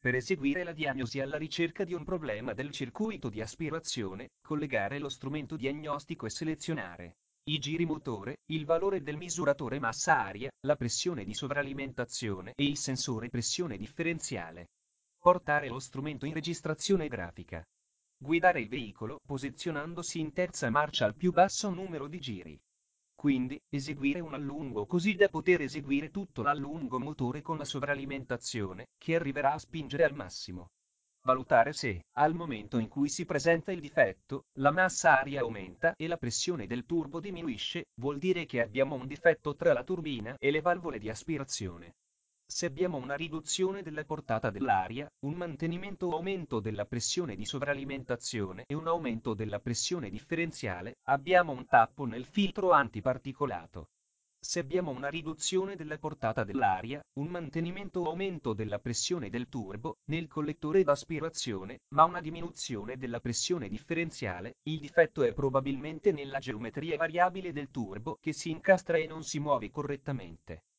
Per eseguire la diagnosi alla ricerca di un problema del circuito di aspirazione, collegare lo strumento diagnostico e selezionare i giri motore, il valore del misuratore massa-aria, la pressione di sovralimentazione e il sensore pressione differenziale. Portare lo strumento in registrazione grafica. Guidare il veicolo posizionandosi in terza marcia al più basso numero di giri. Quindi, eseguire un allungo così da poter eseguire tutto l'allungo motore con la sovralimentazione, che arriverà a spingere al massimo. Valutare se, al momento in cui si presenta il difetto, la massa aria aumenta e la pressione del turbo diminuisce, vuol dire che abbiamo un difetto tra la turbina e le valvole di aspirazione. Se abbiamo una riduzione della portata dell'aria, un mantenimento o aumento della pressione di sovralimentazione e un aumento della pressione differenziale, abbiamo un tappo nel filtro antiparticolato. Se abbiamo una riduzione della portata dell'aria, un mantenimento o aumento della pressione del turbo nel collettore d'aspirazione, ma una diminuzione della pressione differenziale, il difetto è probabilmente nella geometria variabile del turbo che si incastra e non si muove correttamente.